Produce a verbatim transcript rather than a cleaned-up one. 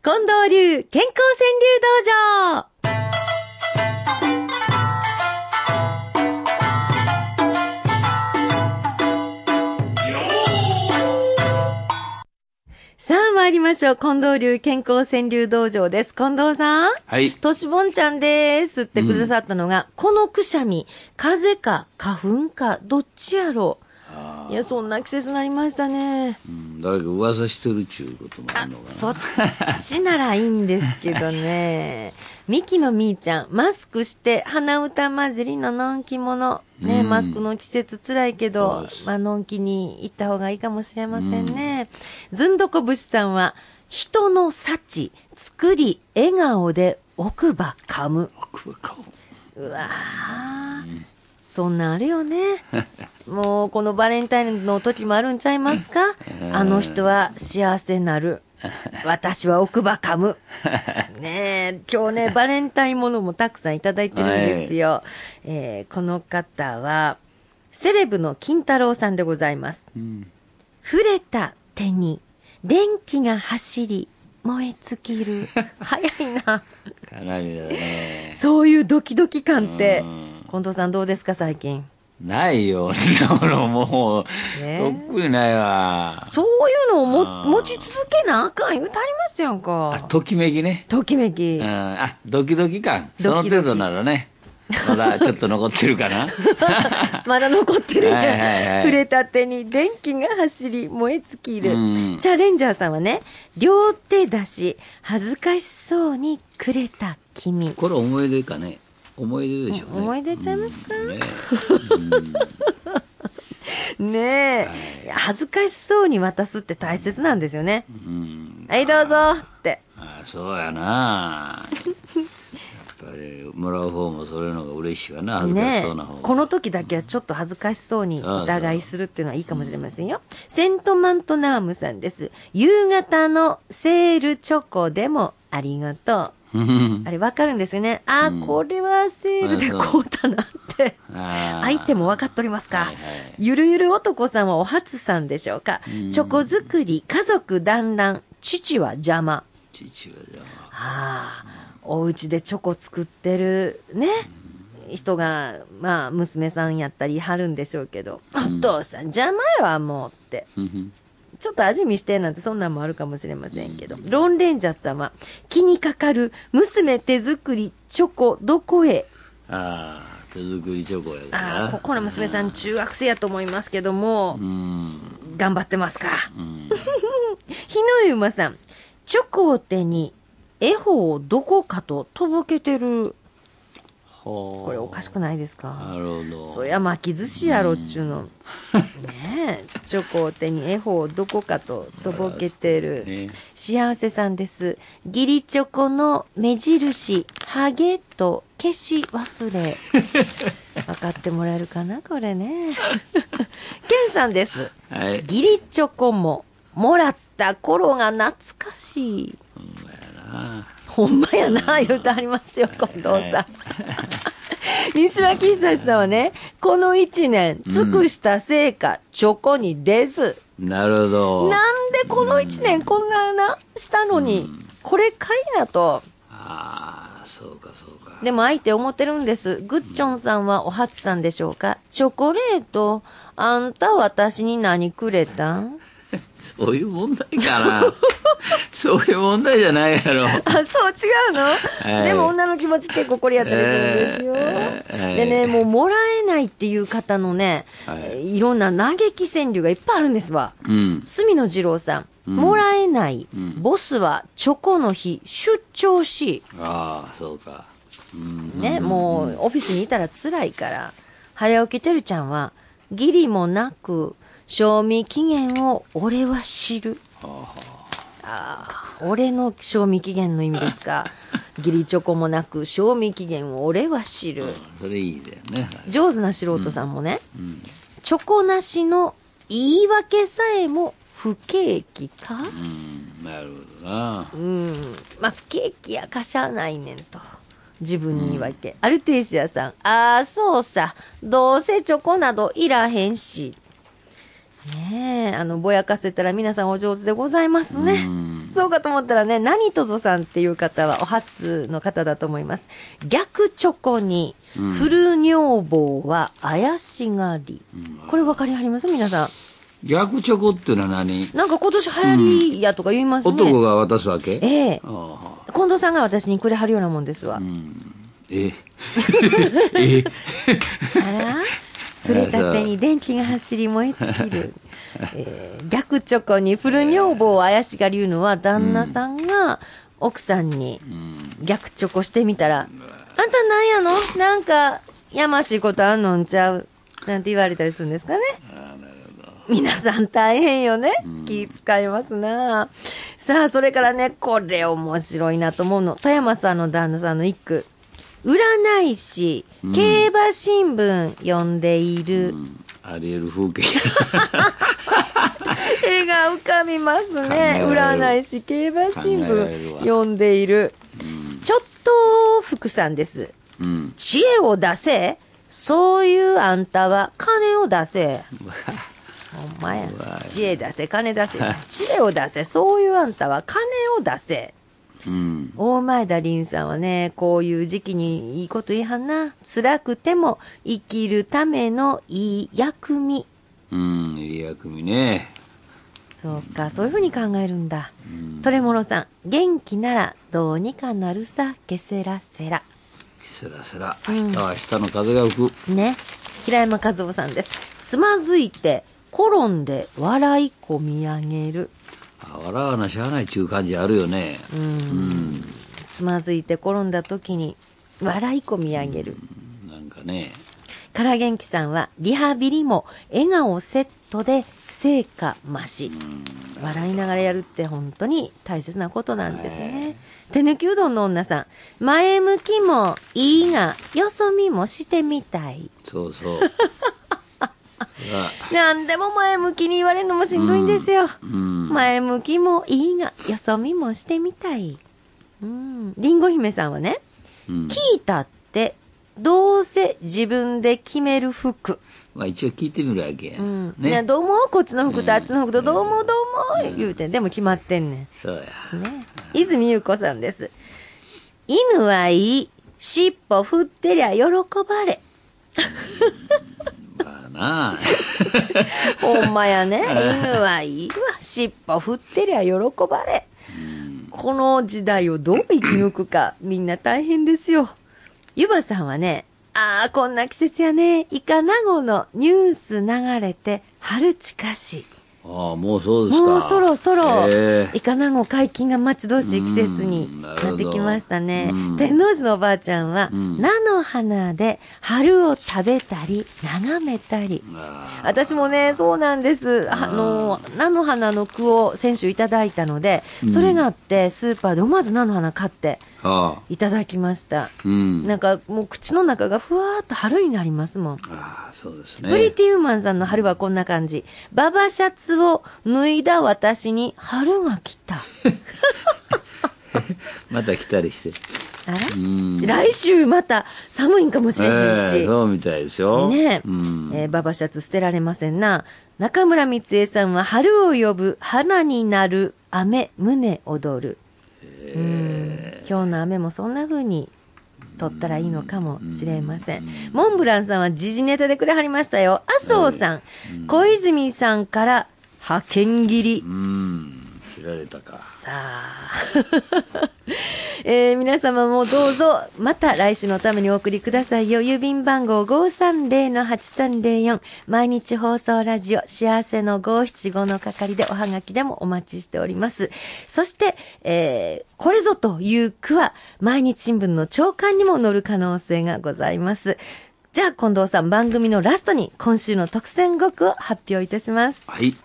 近藤流健康川柳道場。さあ参りましょう。近藤流健康川柳道場です。近藤さん。 はい。 としぼんちゃんですってくださったのが、うん、このくしゃみ、風邪か花粉かどっちやろう。いや、そんな季節になりましたね。 うん、誰か噂してるっちゅうこともあるのかな。 そっちならいいんですけどね。ミキのみーちゃん、マスクして鼻歌混じりののんきもの。ね、うん、マスクの季節つらいけど、まあ、のんきに行った方がいいかもしれませんね。うん、ずんどこぶしさんは、人の幸、作り、笑顔で奥歯噛む。 奥歯噛む。 うわー。うんそんなんあるよね。もうこのバレンタインの時もあるんちゃいますか？あの人は幸せなる。私は奥歯噛む。ねえ、今日ね、バレンタインものもたくさんいただいてるんですよ。はいえー、この方は、セレブの金太郎さんでございます。うん、触れた手に電気が走り、燃え尽きる。早いな。かなりだね。 そういうドキドキ感って、近藤さんどうですか最近？ ないよ。そんなものもう、えー、とっくにないわ。 そういうのをも持ち続けなあかん言うてありますやんか。 あ、ときめきね。 ときめき。 うん、あ、ドキドキ感。その程度ならね。まだちょっと残ってるかな。 まだ残ってるね。はいはいはい、触れた手に電気が走り燃え尽きる。チャレンジャーさんはね、両手出し恥ずかしそうにくれた君。 これ思い出かね。思い出でしょうね。 思い出ちゃいますか？うん、ねえ、ねえ、はい、恥ずかしそうに渡すって大切なんですよね。うん、はいどうぞって。 ああそうやな。やっぱりもらう方もそれのが嬉しいわな。恥ずかしそうな方、 ね、この時だけはちょっと恥ずかしそうにお互いするっていうのはいいかもしれませんよ。うん、セントマントナームさんです。夕方のセールチョコでもありがとう。あれ分かるんですよね。あ、うん、これはセールで買うたなって。相手も分かっとりますか。はいはい、ゆるゆる男さんはお初さんでしょうか。うん、チョコ作り、家族団らん、父は邪魔。 父は邪魔。はあ、お家でチョコ作ってるね、うん、人が、まあ、娘さんやったりはるんでしょうけど、うん、お父さん邪魔やわ、もうって。うんちょっと味見してなんてそんなんもあるかもしれませんけど、うん、ロンレンジャー様気にかかる娘手作りチョコどこへ。 ああ手作りチョコやから。 ああここの娘さん中学生やと思いますけども、うん、頑張ってますか。うん、日のゆまさんチョコを手に恵方どこかととぼけてる。これおかしくないですか。 なるほど。 そりゃ巻き寿司やろっちゅうの、うん、ねえチョコを手に恵方どこかととぼけてる、ね、幸せさんです。義理チョコの目印ハゲと消し忘れ分かってもらえるかなこれねケンさんです、はい、義理チョコももらった頃が懐かしい。ほんまやな言うてありますよ近藤さん、はい、西脇久さんはねこのいちねん尽くした成果、うん、チョコに出ず。 なるほど。 なんでこのいちねんこんななしたのに、うん、これかいなと。 ああそうかそうか。 でも相手思ってるんです。グッチョンさんはお初さんでしょうか。チョコレートあんた私に何くれたんそういう問題かなそういう問題じゃないやろ。あ、 そう違うの、はい、でも女の気持ち結構これやったりするんですよ、えーはい、でねもうもらえないっていう方のね、はい、いろんな嘆き川柳がいっぱいあるんですわ、うん、住野二郎さん、うん、もらえない、うん、ボスはチョコの日出張し。 ああそうか、 うん、ね、もうオフィスにいたら辛いから早起きてるちゃんは義理もなく賞味期限を俺は知る。はあ、あ俺の賞味期限の意味ですか義理チョコもなく賞味期限を俺は知る、うん、 それいいだよね。 上手な素人さんもね、うんうん、チョコなしの言い訳さえも不景気か、うん、なるほどな。 うんまあ不景気やかしゃないねんと自分に言い訳、うん、アルテイシアさんああそうさどうせチョコなどいらへんしねえ、あのぼやかせたら皆さんお上手でございますね。 そうかと思ったらね、何とぞさんっていう方はお初の方だと思います。逆チョコに、フル女房は怪しがり。うん、これ分かりはります皆さん。 逆チョコっていうのは何？ なんか今年流行りやとか言いますね。 うん、男が渡すわけ？ ええ。近藤さんが私にくれはるようなもんですわ。うん、 ええ。 あら触れたてに電気が走り燃え尽きる。えー、逆チョコにフル女房を怪しがりいうのは、旦那さんが奥さんに逆チョコしてみたら、うん、あんたなんやのなんかやましいことあんのんちゃうなんて言われたりするんですかね。皆さん大変よね。気使いますな。さあ、それからね、これ面白いなと思うの。富山さんの旦那さんの一句。占い師、競馬新聞読んでいる。うん、 あり得る風景。 絵が浮かびますね。占い師、競馬新聞読んでいる。うん、ちょっと福さんです。うん、知恵を出せ。そういうあんたは金を出せ。ほんまや。知恵出せ、金出せ。知恵を出せ。そういうあんたは金を出せ。うん、大前田凛さんはね、こういう時期にいいこと言いはんな。辛くても生きるためのいい薬味。 うん、いい薬味ね。 そうか、そういうふうに考えるんだ。うん、トレモロさん、元気ならどうにかなるさ、ケセラセラ。 ケセラセラ。明日は明日の風が吹く。 うん、ね。平山和夫さんです。つまずいて、転んで笑いこみ上げる。 笑わなしゃあないっていう感じあるよね。うん、うん、 つまずいて転んだ時に笑いこみ上げる。 うん、なんかね。 から元気さんはリハビリも笑顔セットで成果増し。うん、笑いながらやるって本当に大切なことなんですね。手抜きうどんの女さん、前向きもいいがよそ見もしてみたい。 そうそう。 なんでも前向きに言われるのもしんどいんですよ。うん、前向きもいいがよそ見もしてみたい。うん、りんご姫さんはね、うん、聞いたってどうせ自分で決める服。 まあ一応聞いてみるわけや。 うんね、どうもこっちの服とあっちの服とどうもどうも言うて、でも決まってんねん。 そうや。 ね、泉優子さんです。犬はいい、尻尾振ってりゃ喜ばれ。 なあほんまやね。犬はいいわ。尻尾振ってりゃ喜ばれ。この時代をどう生き抜くか、みんな大変ですよ。ゆばさんはね、ああ、こんな季節やね。イカナゴのニュース流れて春近し。 ああ、もうそうですか。 もうそろそろ、イカナゴ解禁が待ち遠しい季節になってきましたね。天王寺のおばあちゃんは、菜の花で春を食べたり、眺めたり。私もね、そうなんです。あの、菜の花の句を先週いただいたので、それがあって、スーパーで思わず菜の花買って、いただきました、うん、なんかもう口の中がふわーっと春になりますもん。 ああ、そうですね。 プリティウーマンさんの春はこんな感じ。ババシャツを脱いだ私に春が来た。 また来たりして。 あら、うん、来週また寒いんかもしれへんし、えー、そうみたいですよね、うんえー、ババシャツ捨てられませんな。中村光恵さんは春を呼ぶ花になる雨胸踊る。うん、今日の雨もそんな風に撮ったらいいのかもしれません。モンブランさんは時事ネタでくれはりましたよ。麻生さん、小泉さんから派遣切り。 うん切られたか。 さあ、えー、皆様もどうぞまた来週のためにお送りくださいよ。郵便番号 ごーさんぜろのはちさんぜろよん 毎日放送ラジオ幸せのごーしちごの係でおはがきでもお待ちしております。そして、えー、これぞという句は毎日新聞の朝刊にも載る可能性がございます。じゃあ近藤さん、番組のラストに今週の特選語句を発表いたします。 はい。